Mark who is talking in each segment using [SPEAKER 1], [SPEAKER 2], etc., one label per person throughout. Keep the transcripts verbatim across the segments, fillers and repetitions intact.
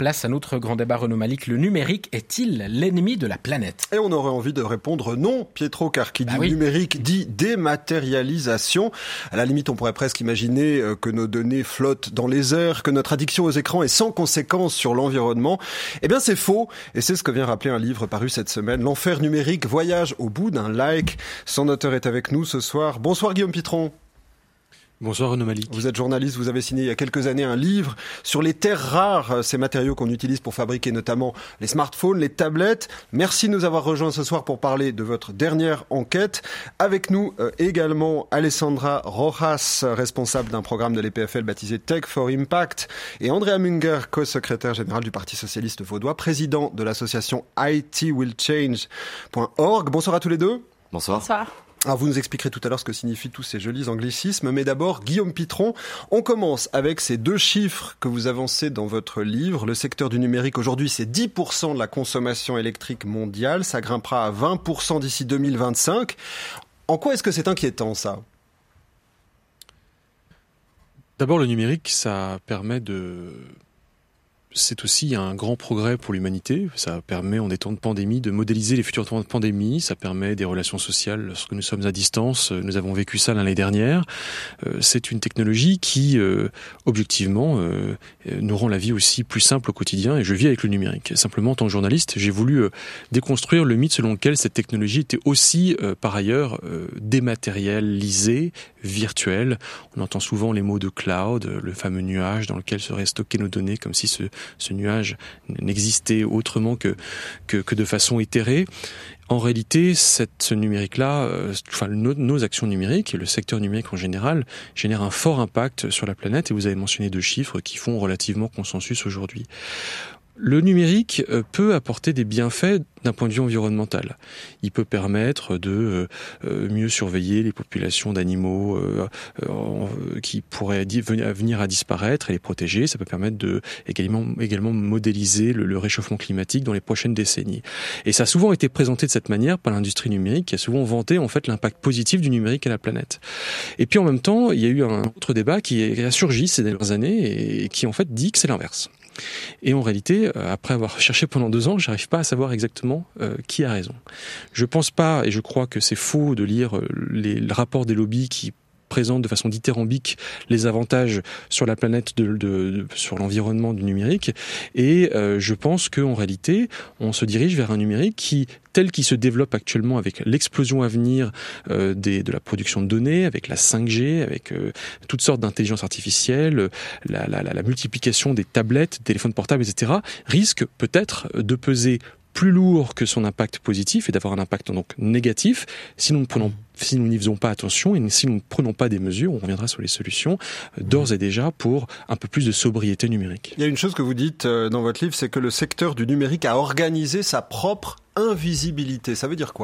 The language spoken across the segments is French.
[SPEAKER 1] place à notre grand débat Renaud Malik. Le numérique est-il l'ennemi de la planète ?
[SPEAKER 2] Et on aurait envie de répondre non, Pietro, car qui dit bah oui. numérique dit dématérialisation. À la limite, on pourrait presque imaginer que nos données flottent dans les airs, que notre addiction aux écrans est sans conséquence sur l'environnement. Eh bien, c'est faux. Et c'est ce que vient rappeler un livre paru cette semaine, L'enfer numérique, voyage au bout d'un like. Son auteur est avec nous ce soir. Bonsoir Guillaume Pitron.
[SPEAKER 3] Bonsoir Renaud Malik.
[SPEAKER 2] Vous êtes journaliste, vous avez signé il y a quelques années un livre sur les terres rares, ces matériaux qu'on utilise pour fabriquer notamment les smartphones, les tablettes. Merci de nous avoir rejoints ce soir pour parler de votre dernière enquête. Avec nous euh, également Alessandra Rojas, responsable d'un programme de l'E P F L baptisé Tech for Impact, et Andrea Munger, co-secrétaire général du Parti socialiste vaudois, président de l'association I T will change point org. Bonsoir à tous les deux.
[SPEAKER 4] Bonsoir.
[SPEAKER 5] Bonsoir.
[SPEAKER 2] Alors vous nous expliquerez tout à l'heure ce que signifient tous ces jolis anglicismes, mais d'abord, Guillaume Pitron, on commence avec ces deux chiffres que vous avancez dans votre livre. Le secteur du numérique, aujourd'hui, c'est dix pour cent de la consommation électrique mondiale, ça grimpera à vingt pour cent d'ici deux mille vingt-cinq. En quoi est-ce que c'est inquiétant, ça ?
[SPEAKER 3] D'abord, le numérique, ça permet de... C'est aussi un grand progrès pour l'humanité. Ça permet, en des temps de pandémie, de modéliser les futurs temps de pandémie. Ça permet des relations sociales lorsque nous sommes à distance. Nous avons vécu ça l'année dernière. C'est une technologie qui, euh, objectivement, euh, nous rend la vie aussi plus simple au quotidien. Et je vis avec le numérique. Simplement, en tant que journaliste, j'ai voulu euh, déconstruire le mythe selon lequel cette technologie était aussi, euh, par ailleurs, euh, dématérialisée, virtuelle. On entend souvent les mots de cloud, le fameux nuage dans lequel seraient stockées nos données, comme si ce ce nuage n'existait autrement que, que, que de façon éthérée. En réalité, cette, ce numérique-là, euh, enfin, nos, nos actions numériques et le secteur numérique en général génèrent un fort impact sur la planète, et vous avez mentionné deux chiffres qui font relativement consensus aujourd'hui. Le numérique peut apporter des bienfaits d'un point de vue environnemental. Il peut permettre de euh, mieux surveiller les populations d'animaux euh, euh, qui pourraient di- venir à disparaître et les protéger. Ça peut permettre de également, également modéliser le, le réchauffement climatique dans les prochaines décennies. Et ça a souvent été présenté de cette manière par l'industrie numérique, qui a souvent vanté en fait l'impact positif du numérique à la planète. Et puis en même temps, il y a eu un autre débat qui a surgi ces dernières années et qui en fait dit que c'est l'inverse. Et en réalité, après avoir cherché pendant deux ans, j'arrive pas à savoir exactement euh, qui a raison. Je pense pas, et je crois que c'est faux de lire les, les rapports des lobbies qui présente de façon dithyrambique les avantages sur la planète, de, de, de, sur l'environnement du numérique. Et euh, je pense qu'en réalité, on se dirige vers un numérique qui, tel qu'il se développe actuellement avec l'explosion à venir euh, des, de la production de données, avec la cinq G, avec euh, toutes sortes d'intelligence artificielle, la, la, la, la multiplication des tablettes, des téléphones portables, et cetera, risque peut-être de peser plus lourd que son impact positif et d'avoir un impact donc négatif si nous ne prenons, si nous n'y faisons pas attention et si nous ne prenons pas des mesures. On reviendra sur les solutions d'ores et déjà pour un peu plus de sobriété numérique.
[SPEAKER 2] Il y a une chose que vous dites dans votre livre, c'est que le secteur du numérique a organisé sa propre invisibilité. Ça veut dire quoi ?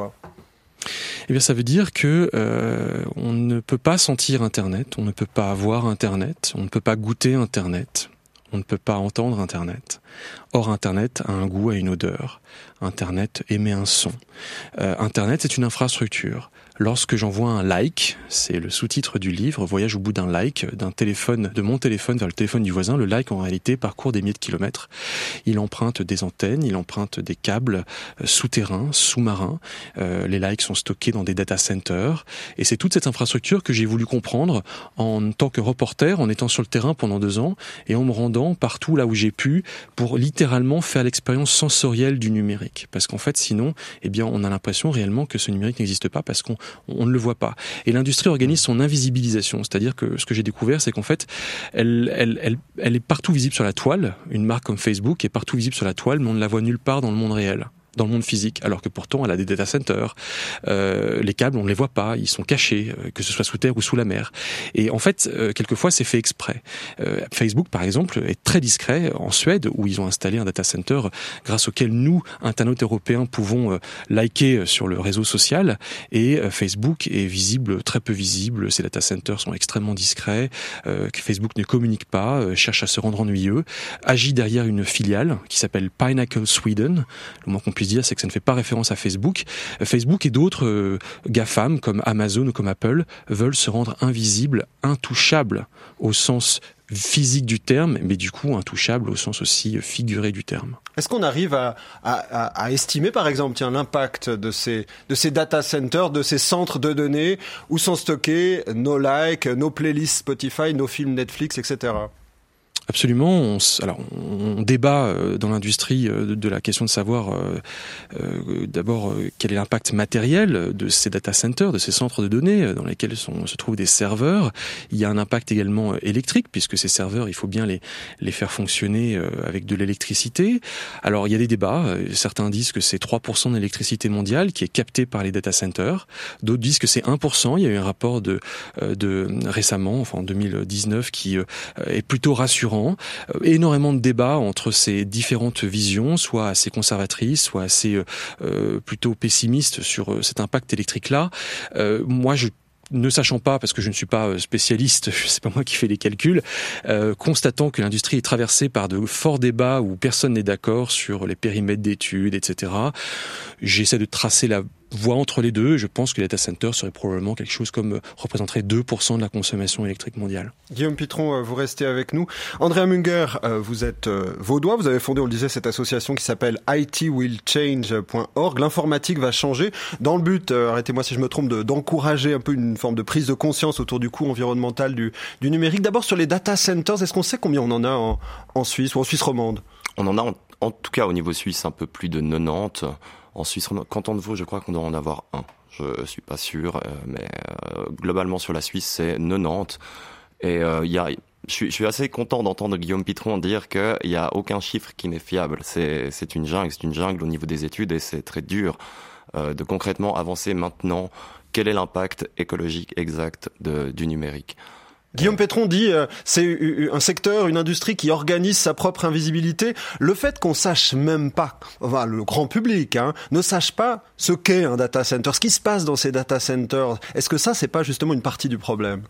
[SPEAKER 3] Eh bien, ça veut dire que euh, on ne peut pas sentir Internet, on ne peut pas voir Internet, on ne peut pas goûter Internet. On ne peut pas entendre Internet. Or, Internet a un goût, a une odeur. Internet émet un son. Euh, Internet, c'est une infrastructure. Lorsque j'envoie un like, c'est le sous-titre du livre, voyage au bout d'un like, d'un téléphone, de mon téléphone vers le téléphone du voisin, le like en réalité parcourt des milliers de kilomètres. Il emprunte des antennes, il emprunte des câbles euh, souterrains, sous-marins. Euh, les likes sont stockés dans des data centers. Et c'est toute cette infrastructure que j'ai voulu comprendre en tant que reporter, en étant sur le terrain pendant deux ans et en me rendant partout là où j'ai pu pour littéralement faire l'expérience sensorielle du numérique. Parce qu'en fait, sinon, eh bien, on a l'impression réellement que ce numérique n'existe pas parce qu'on on ne le voit pas. Et l'industrie organise son invisibilisation, c'est-à-dire que ce que j'ai découvert, c'est qu'en fait, elle, elle, elle, elle est partout visible sur la toile. Une marque comme Facebook est partout visible sur la toile, mais on ne la voit nulle part dans le monde réel, dans le monde physique, alors que pourtant elle a des data centers. Euh, les câbles, on ne les voit pas, ils sont cachés, euh, que ce soit sous terre ou sous la mer. Et en fait, euh, quelquefois, c'est fait exprès. Euh, Facebook, par exemple, est très discret en Suède, où ils ont installé un data center grâce auquel nous, internautes européens, pouvons euh, liker sur le réseau social. Et euh, Facebook est visible, très peu visible. Ces data centers sont extrêmement discrets. Euh, Facebook ne communique pas, euh, cherche à se rendre ennuyeux, agit derrière une filiale qui s'appelle Pinnacle Sweden. Le moins qu'on puisse dire, c'est que ça ne fait pas référence à Facebook. Facebook et d'autres euh, GAFAM comme Amazon ou comme Apple veulent se rendre invisibles, intouchables au sens physique du terme, mais du coup intouchable au sens aussi figuré du terme.
[SPEAKER 2] Est-ce qu'on arrive à, à, à, à estimer, par exemple, tiens, l'impact de ces, de ces data centers, de ces centres de données où sont stockés nos likes, nos playlists Spotify, nos films Netflix, et cetera?
[SPEAKER 3] Absolument. On, alors, on débat dans l'industrie de la question de savoir euh, euh, d'abord quel est l'impact matériel de ces data centers, de ces centres de données dans lesquels sont, se trouvent des serveurs. Il y a un impact également électrique puisque ces serveurs, il faut bien les, les faire fonctionner avec de l'électricité. Alors, il y a des débats. Certains disent que c'est trois pour cent de l'électricité mondiale qui est captée par les data centers. D'autres disent que c'est un pour cent. Il y a eu un rapport de, de récemment, enfin en deux mille dix-neuf, qui est plutôt rassurant. Énormément de débats entre ces différentes visions, soit assez conservatrices, soit assez euh, plutôt pessimistes sur cet impact électrique-là. Euh, moi, je ne sachant pas, parce que je ne suis pas spécialiste, c'est pas moi qui fais les calculs, euh, constatant que l'industrie est traversée par de forts débats où personne n'est d'accord sur les périmètres d'études, et cetera, j'essaie de tracer la voie entre les deux. Je pense que les data centers seraient probablement quelque chose comme représenterait deux pour cent de la consommation électrique mondiale.
[SPEAKER 2] Guillaume Pitron, vous restez avec nous. Andrea Munger, vous êtes vaudois, vous avez fondé, on le disait, cette association qui s'appelle I T will change point org. L'informatique va changer dans le but, arrêtez-moi si je me trompe, de, d'encourager un peu une forme de prise de conscience autour du coût environnemental du, du numérique. D'abord sur les data centers, est-ce qu'on sait combien on en a en, en Suisse ou en Suisse romande?
[SPEAKER 4] On en a en, en tout cas au niveau suisse un peu plus de quatre-vingt-dix. En Suisse, canton de Vaud, je crois qu'on doit en avoir un. Je suis pas sûr, euh, mais euh, globalement sur la Suisse, c'est quatre-vingt-dix. Et euh, il y a, je suis, je suis assez content d'entendre Guillaume Pitron dire qu'il y a aucun chiffre qui n'est fiable. C'est, c'est une jungle, c'est une jungle au niveau des études et c'est très dur euh, de concrètement avancer maintenant. Quel est l'impact écologique exact de, du numérique?
[SPEAKER 2] Guillaume Pitron dit euh, c'est un secteur, une industrie qui organise sa propre invisibilité. Le fait qu'on sache même pas, enfin le grand public, hein, ne sache pas ce qu'est un data center, ce qui se passe dans ces data centers, est-ce que ça c'est pas justement une partie du problème?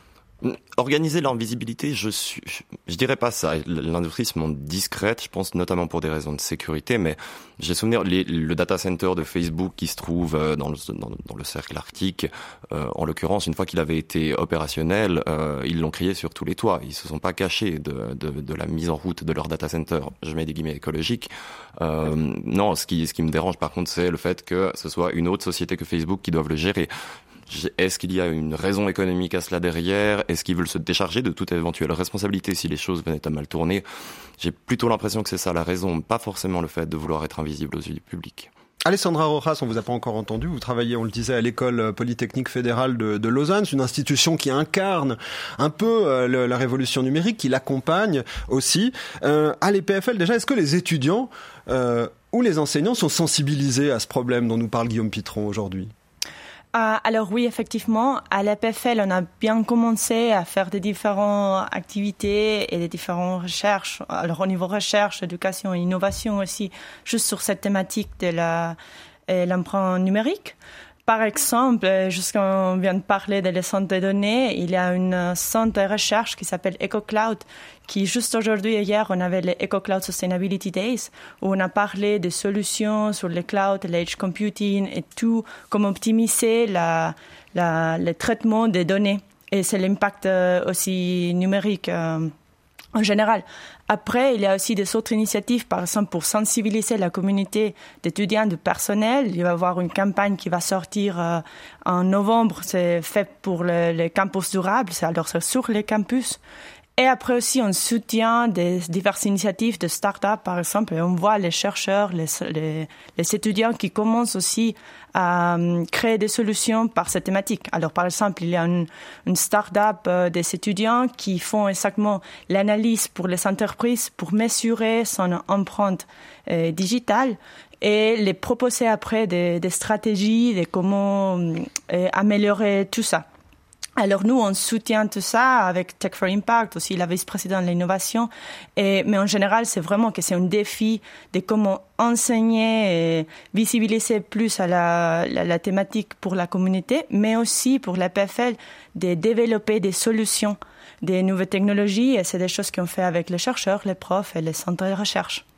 [SPEAKER 4] Organiser l'invisibilité, je suis, je, je dirais pas ça. L'industrie se montre discrète, je pense notamment pour des raisons de sécurité, mais j'ai souvenir les, le data center de Facebook qui se trouve dans le, dans, dans le cercle arctique, euh, en l'occurrence, une fois qu'il avait été opérationnel, euh, ils l'ont crié sur tous les toits. Ils se sont pas cachés de, de, de la mise en route de leur data center. Je mets des guillemets écologiques. Euh, non, ce qui, ce qui me dérange par contre, c'est le fait que ce soit une autre société que Facebook qui doive le gérer. Est-ce qu'il y a une raison économique à cela derrière? Est-ce qu'ils veulent se décharger de toute éventuelle responsabilité si les choses venaient à mal tourner? J'ai plutôt l'impression que c'est ça la raison, pas forcément le fait de vouloir être invisible aux yeux du public.
[SPEAKER 2] Alessandra Rojas, on vous a pas encore entendu, vous travaillez, on le disait, à l'école polytechnique fédérale de, de Lausanne, c'est une institution qui incarne un peu euh, le, la révolution numérique, qui l'accompagne aussi. Euh, à l'E P F L déjà, est-ce que les étudiants euh, ou les enseignants sont sensibilisés à ce problème dont nous parle Guillaume Pitron aujourd'hui?
[SPEAKER 5] Euh, alors oui, effectivement, à l'E P F L, on a bien commencé à faire des différentes activités et des différentes recherches. Alors au niveau recherche, éducation et innovation aussi, juste sur cette thématique de la, euh, l'empreinte numérique. Par exemple, jusqu'on vient de parler des centres de données, il y a une centre de recherche qui s'appelle EcoCloud, qui juste aujourd'hui et hier, on avait les EcoCloud Sustainability Days, où on a parlé des solutions sur le cloud, l'edge computing et tout, comment optimiser la, la, le traitement des données. Et c'est l'impact aussi numérique euh, en général. Après, il y a aussi des autres initiatives, par exemple, pour sensibiliser la communauté d'étudiants, de personnel. Il va y avoir une campagne qui va sortir euh, en novembre. C'est fait pour le, le campus durable, c'est alors c'est sur les campus. Et après aussi, on soutient des diverses initiatives de start-up, par exemple. Et on voit les chercheurs, les, les, les étudiants qui commencent aussi à um, créer des solutions par cette thématique. Alors, par exemple, il y a une, une start-up euh, des étudiants qui font exactement l'analyse pour les entreprises pour mesurer son empreinte euh, digitale et les proposer après des, des stratégies de comment euh, améliorer tout ça. Alors nous, on soutient tout ça avec Tech for Impact, aussi la vice-présidente de l'innovation. Et, mais en général, c'est vraiment que c'est un défi de comment enseigner et visibiliser plus à la, la, la thématique pour la communauté, mais aussi pour la P F L de développer des solutions, des nouvelles technologies. Et c'est des choses qu'on fait avec les chercheurs, les profs et les centres de recherche.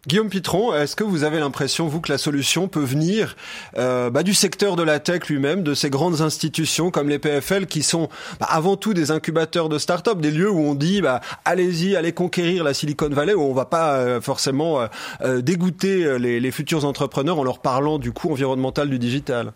[SPEAKER 2] Guillaume Pitron, est-ce que vous avez l'impression, vous, que la solution peut venir euh, bah, du secteur de la tech lui-même, de ces grandes institutions comme les P F L qui sont bah, avant tout des incubateurs de start-up, des lieux où on dit bah, allez-y, allez conquérir la Silicon Valley, où on va pas euh, forcément euh, euh, dégoûter les, les futurs entrepreneurs en leur parlant du coût environnemental du digital?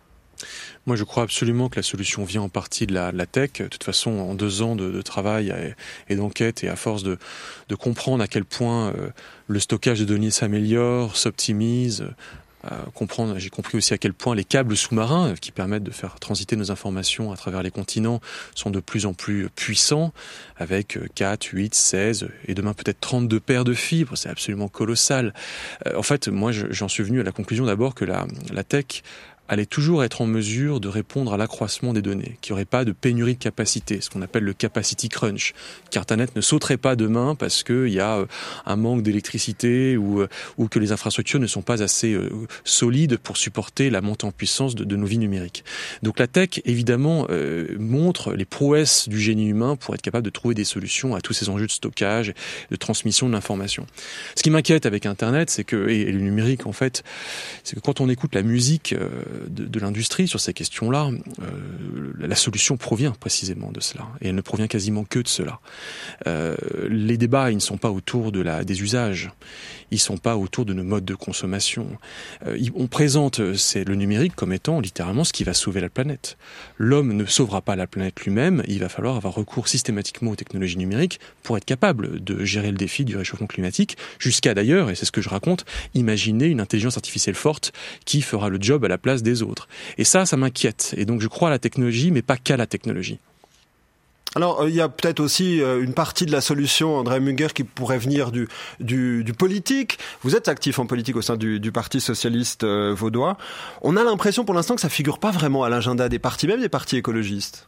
[SPEAKER 3] Moi, je crois absolument que la solution vient en partie de la, de la tech. De toute façon, en deux ans de, de travail et, et d'enquête, et à force de, de comprendre à quel point euh, le stockage de données s'améliore, s'optimise, euh, comprendre, j'ai compris aussi à quel point les câbles sous-marins qui permettent de faire transiter nos informations à travers les continents sont de plus en plus puissants, avec quatre, huit, seize et demain peut-être trente-deux paires de fibres. C'est absolument colossal. Euh, en fait, moi, je, j'en suis venu à la conclusion d'abord que la, la tech allait toujours être en mesure de répondre à l'accroissement des données, qu'il n'y aurait pas de pénurie de capacité, ce qu'on appelle le capacity crunch, qu'Internet ne sauterait pas demain parce qu'il y a un manque d'électricité ou, ou que les infrastructures ne sont pas assez euh, solides pour supporter la montée en puissance de, de nos vies numériques. Donc la tech, évidemment, euh, montre les prouesses du génie humain pour être capable de trouver des solutions à tous ces enjeux de stockage, de transmission de l'information. Ce qui m'inquiète avec Internet, c'est que, et, et le numérique en fait, c'est que quand on écoute la musique euh, De, de l'industrie sur ces questions-là, euh, la solution provient précisément de cela, et elle ne provient quasiment que de cela. Euh, les débats, ils ne sont pas autour de la, des usages, ils ne sont pas autour de nos modes de consommation. Euh, on présente c'est le numérique comme étant littéralement ce qui va sauver la planète. L'homme ne sauvera pas la planète lui-même, il va falloir avoir recours systématiquement aux technologies numériques pour être capable de gérer le défi du réchauffement climatique, jusqu'à d'ailleurs, et c'est ce que je raconte, imaginer une intelligence artificielle forte qui fera le job à la place des autres. Et ça, ça m'inquiète. Et donc je crois à la technologie, mais pas qu'à la technologie.
[SPEAKER 2] Alors, il y a peut-être aussi une partie de la solution, André Munger, qui pourrait venir du, du, du politique. Vous êtes actif en politique au sein du, du Parti socialiste euh, vaudois. On a l'impression pour l'instant que ça figure pas vraiment à l'agenda des partis, même des partis écologistes.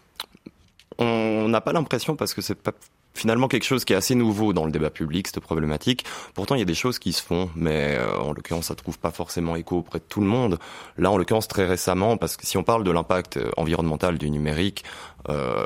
[SPEAKER 4] On n'a pas l'impression parce que c'est pas finalement quelque chose qui est assez nouveau dans le débat public, cette problématique. Pourtant, il y a des choses qui se font, mais euh, en l'occurrence, ça trouve pas forcément écho auprès de tout le monde. Là, en l'occurrence, très récemment, parce que si on parle de l'impact environnemental du numérique, euh,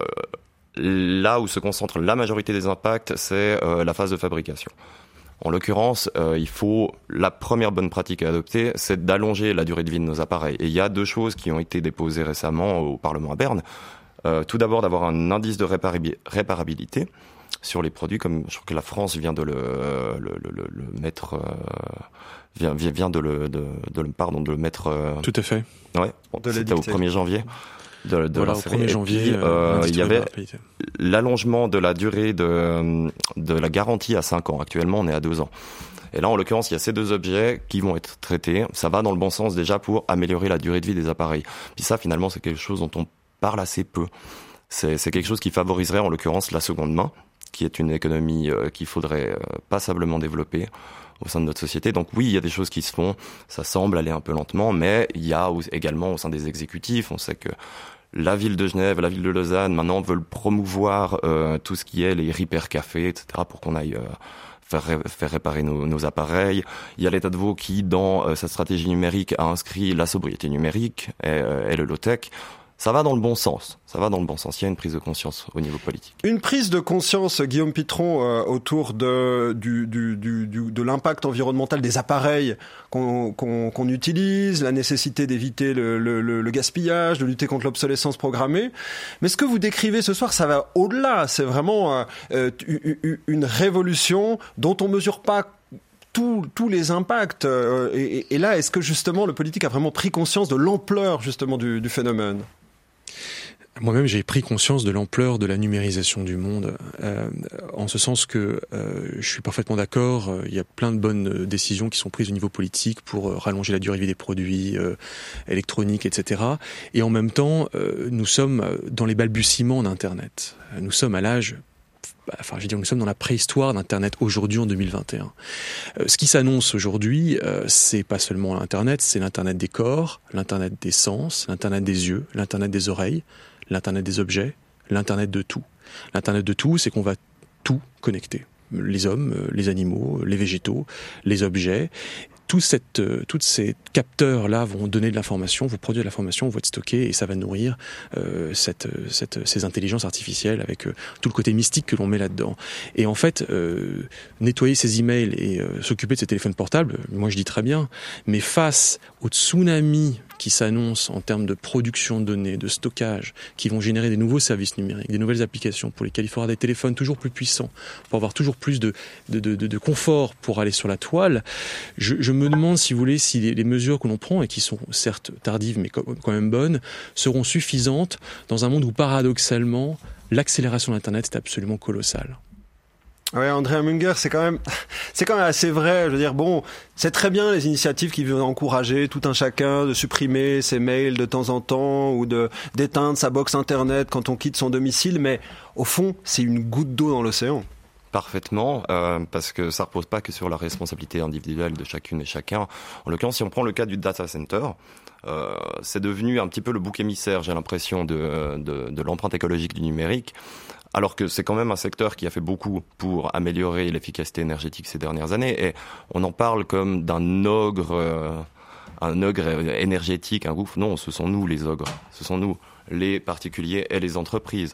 [SPEAKER 4] là où se concentre la majorité des impacts, c'est euh, la phase de fabrication. En l'occurrence, euh, il faut la première bonne pratique à adopter, c'est d'allonger la durée de vie de nos appareils. Et il y a deux choses qui ont été déposées récemment au Parlement à Berne. Euh, tout d'abord, d'avoir un indice de réparabi- réparabilité sur les produits, comme je crois que la France vient de le, le, le, le mettre, euh, vient, vient de le, de, de le, pardon, de le mettre. Euh,
[SPEAKER 3] Tout à fait.
[SPEAKER 4] Ouais, bon, c'était au premier janvier. De, de
[SPEAKER 3] voilà, au premier janvier,
[SPEAKER 4] puis, euh, il y avait
[SPEAKER 3] de
[SPEAKER 4] l'allongement de la durée de, de la garantie à cinq ans. Actuellement, on est à deux ans. Et là, en l'occurrence, il y a ces deux objets qui vont être traités. Ça va dans le bon sens déjà pour améliorer la durée de vie des appareils. Puis ça, finalement, c'est quelque chose dont on parle assez peu. C'est, c'est quelque chose qui favoriserait, en l'occurrence, la seconde main, qui est une économie euh, qu'il faudrait euh, passablement développer au sein de notre société. Donc oui, il y a des choses qui se font, ça semble aller un peu lentement, mais il y a également au sein des exécutifs, on sait que la ville de Genève, la ville de Lausanne, maintenant veulent promouvoir euh, tout ce qui est les repair cafés, et cetera, pour qu'on aille euh, faire, ré- faire réparer nos, nos appareils. Il y a l'État de Vaud qui, dans euh, sa stratégie numérique, a inscrit la sobriété numérique et, euh, et le low-tech. Ça va dans le bon sens. Ça va dans le bon sens. Il y a une prise de conscience au niveau politique.
[SPEAKER 2] Une prise de conscience, Guillaume Pitron, euh, autour de, du, du, du, du, de l'impact environnemental des appareils qu'on, qu'on, qu'on utilise, la nécessité d'éviter le, le, le gaspillage, de lutter contre l'obsolescence programmée. Mais ce que vous décrivez ce soir, ça va au-delà. C'est vraiment euh, une révolution dont on mesure pas Tous, tous les impacts. Euh, et, et là, est-ce que justement le politique a vraiment pris conscience de l'ampleur justement du, du phénomène ?
[SPEAKER 3] Moi-même, j'ai pris conscience de l'ampleur de la numérisation du monde, euh, en ce sens que euh, je suis parfaitement d'accord, euh, il y a plein de bonnes décisions qui sont prises au niveau politique pour euh, rallonger la durée de vie des produits euh, électroniques, et cetera. Et en même temps, euh, nous sommes dans les balbutiements d'Internet. Nous sommes à l'âge... Enfin, je veux dire, nous sommes dans la préhistoire d'Internet aujourd'hui en deux mille vingt et un. Euh, ce qui s'annonce aujourd'hui, euh, c'est pas seulement l'Internet, c'est l'Internet des corps, l'Internet des sens, l'Internet des yeux, l'Internet des oreilles, l'Internet des objets, l'Internet de tout. L'Internet de tout, c'est qu'on va tout connecter. Les hommes, les animaux, les végétaux, les objets. tout cette, euh, toutes ces capteurs-là vont donner de l'information, vont produire de l'information, vont être stockés et ça va nourrir euh, cette, cette, ces intelligences artificielles avec euh, tout le côté mystique que l'on met là-dedans. Et en fait, euh, nettoyer ses emails et euh, s'occuper de ses téléphones portables, moi je dis très bien, mais face au tsunami qui s'annonce en termes de production de données, de stockage, qui vont générer des nouveaux services numériques, des nouvelles applications pour lesquelles il faudra des téléphones toujours plus puissants, pour avoir toujours plus de, de, de, de confort pour aller sur la toile. Je, je me demande, si vous voulez, si les, les mesures que l'on prend, et qui sont certes tardives mais quand même bonnes, seront suffisantes dans un monde où paradoxalement, l'accélération de l'Internet est absolument colossale.
[SPEAKER 2] Ouais, Andrea Münger, c'est quand même, c'est quand même assez vrai. Je veux dire, bon, c'est très bien les initiatives qui veulent encourager tout un chacun de supprimer ses mails de temps en temps ou de d'éteindre sa box internet quand on quitte son domicile, mais au fond, c'est une goutte d'eau dans l'océan.
[SPEAKER 4] Parfaitement, euh, parce que ça repose pas que sur la responsabilité individuelle de chacune et chacun. En l'occurrence, si on prend le cas du data center, euh, c'est devenu un petit peu le bouc émissaire, j'ai l'impression, de, de, de l'empreinte écologique du numérique. Alors que c'est quand même un secteur qui a fait beaucoup pour améliorer l'efficacité énergétique ces dernières années, et on en parle comme d'un ogre, euh, un ogre énergétique, un gouffre. Non, ce sont nous les ogres, ce sont nous, les particuliers et les entreprises.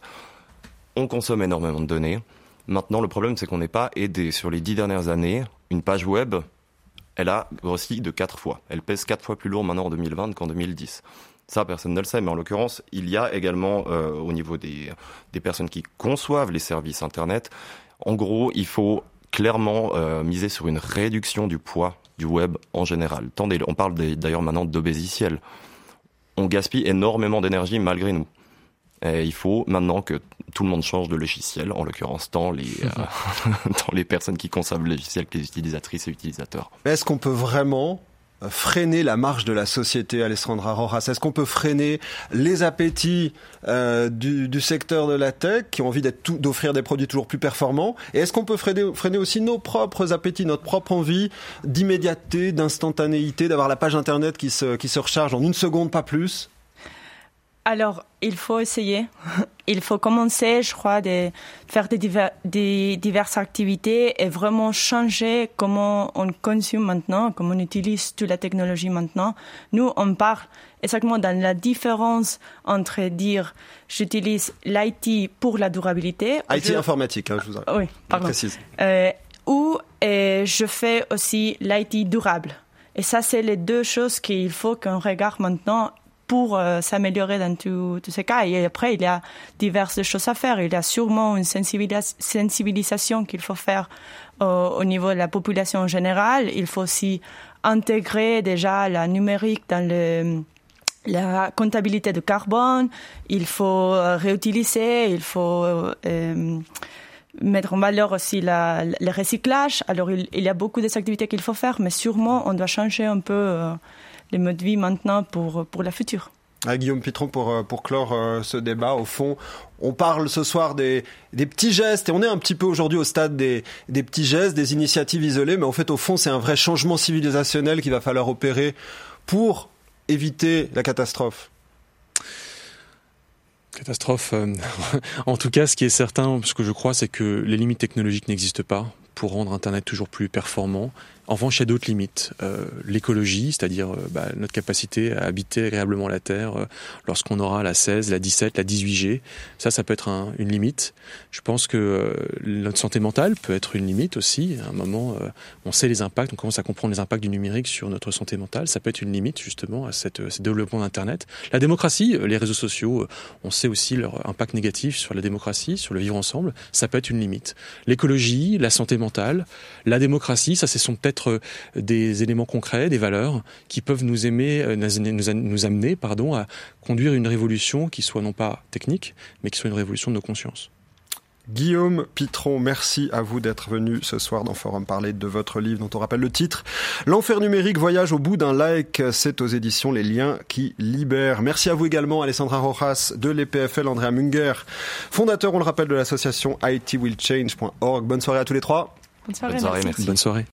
[SPEAKER 4] On consomme énormément de données. Maintenant, le problème, c'est qu'on n'est pas aidé. Sur les dix dernières années, une page web, elle a grossi de quatre fois. Elle pèse quatre fois plus lourd maintenant en deux mille vingt qu'en deux mille dix. Ça, personne ne le sait, mais en l'occurrence, il y a également, euh, au niveau des, des personnes qui conçoivent les services Internet, en gros, il faut clairement euh, miser sur une réduction du poids du web en général. Tendez, on parle des, d'ailleurs maintenant d'obésiciel. On gaspille énormément d'énergie malgré nous. Et il faut maintenant que tout le monde change de logiciel, en l'occurrence tant les, euh, tant les personnes qui conçoivent le logiciel que les utilisatrices et utilisateurs.
[SPEAKER 2] Est-ce qu'on peut vraiment freiner la marche de la société, Alessandra Rojas? Est-ce qu'on peut freiner les appétits euh, du, du secteur de la tech qui ont envie d'être tout, d'offrir des produits toujours plus performants? Et est-ce qu'on peut freiner, freiner aussi nos propres appétits, notre propre envie d'immédiateté, d'instantanéité, d'avoir la page internet qui se, qui se recharge en une seconde, pas plus?
[SPEAKER 5] Alors, il faut essayer. Il faut commencer, je crois, de faire des, divers, des diverses activités et vraiment changer comment on consomme maintenant, comment on utilise toute la technologie maintenant. Nous, on parle exactement dans la différence entre dire j'utilise l'I T pour la durabilité.
[SPEAKER 2] I T je... informatique, hein, je vous
[SPEAKER 5] oui, pardon.
[SPEAKER 2] précise.
[SPEAKER 5] Euh, ou euh, je fais aussi l'I T durable. Et ça, c'est les deux choses qu'il faut qu'on regarde maintenant pour euh, s'améliorer dans tous ces cas. Et après, il y a diverses choses à faire. Il y a sûrement une sensibilis- sensibilisation qu'il faut faire euh, au niveau de la population en général. Il faut aussi intégrer déjà la numérique dans le, la comptabilité de carbone. Il faut euh, réutiliser, il faut euh, mettre en valeur aussi la, le recyclage. Alors, il, il y a beaucoup d'activités qu'il faut faire, mais sûrement, on doit changer un peu euh, les modes de vie maintenant pour, pour la future.
[SPEAKER 2] Ah, Guillaume Pitron, pour, pour clore euh, ce débat, au fond, on parle ce soir des, des petits gestes, et on est un petit peu aujourd'hui au stade des, des petits gestes, des initiatives isolées, mais en fait, au fond, c'est un vrai changement civilisationnel qu'il va falloir opérer pour éviter la catastrophe.
[SPEAKER 3] Catastrophe. Euh, en tout cas, ce qui est certain, ce que je crois, c'est que les limites technologiques n'existent pas pour rendre Internet toujours plus performant. En revanche, il y a d'autres limites. Euh, l'écologie, c'est-à-dire euh, bah, notre capacité à habiter agréablement la Terre euh, lorsqu'on aura la seize, la dix-sept, la dix-huit G. Ça, ça peut être un, une limite. Je pense que euh, notre santé mentale peut être une limite aussi. À un moment, euh, on sait les impacts, on commence à comprendre les impacts du numérique sur notre santé mentale. Ça peut être une limite, justement, à cette, ce développement d'Internet. La démocratie, les réseaux sociaux, euh, on sait aussi leur impact négatif sur la démocratie, sur le vivre ensemble. Ça peut être une limite. L'écologie, la santé mentale, la démocratie, ça, ce sont peut-être des éléments concrets, des valeurs qui peuvent nous aimer, nous, nous amener, pardon, à conduire une révolution qui soit non pas technique, mais qui soit une révolution de nos consciences.
[SPEAKER 2] Guillaume Pitron, merci à vous d'être venu ce soir dans Forum parler de votre livre dont on rappelle le titre. L'enfer numérique, voyage au bout d'un like, c'est aux éditions Les Liens qui libèrent. Merci à vous également, Alessandra Rojas de l'E P F L, Andrea Münger, fondateur, on le rappelle, de l'association I T will change point org. Bonne soirée à tous les trois.
[SPEAKER 5] Bonne soirée,
[SPEAKER 4] Bonne soirée,
[SPEAKER 5] merci.
[SPEAKER 4] merci.
[SPEAKER 3] Bonne soirée.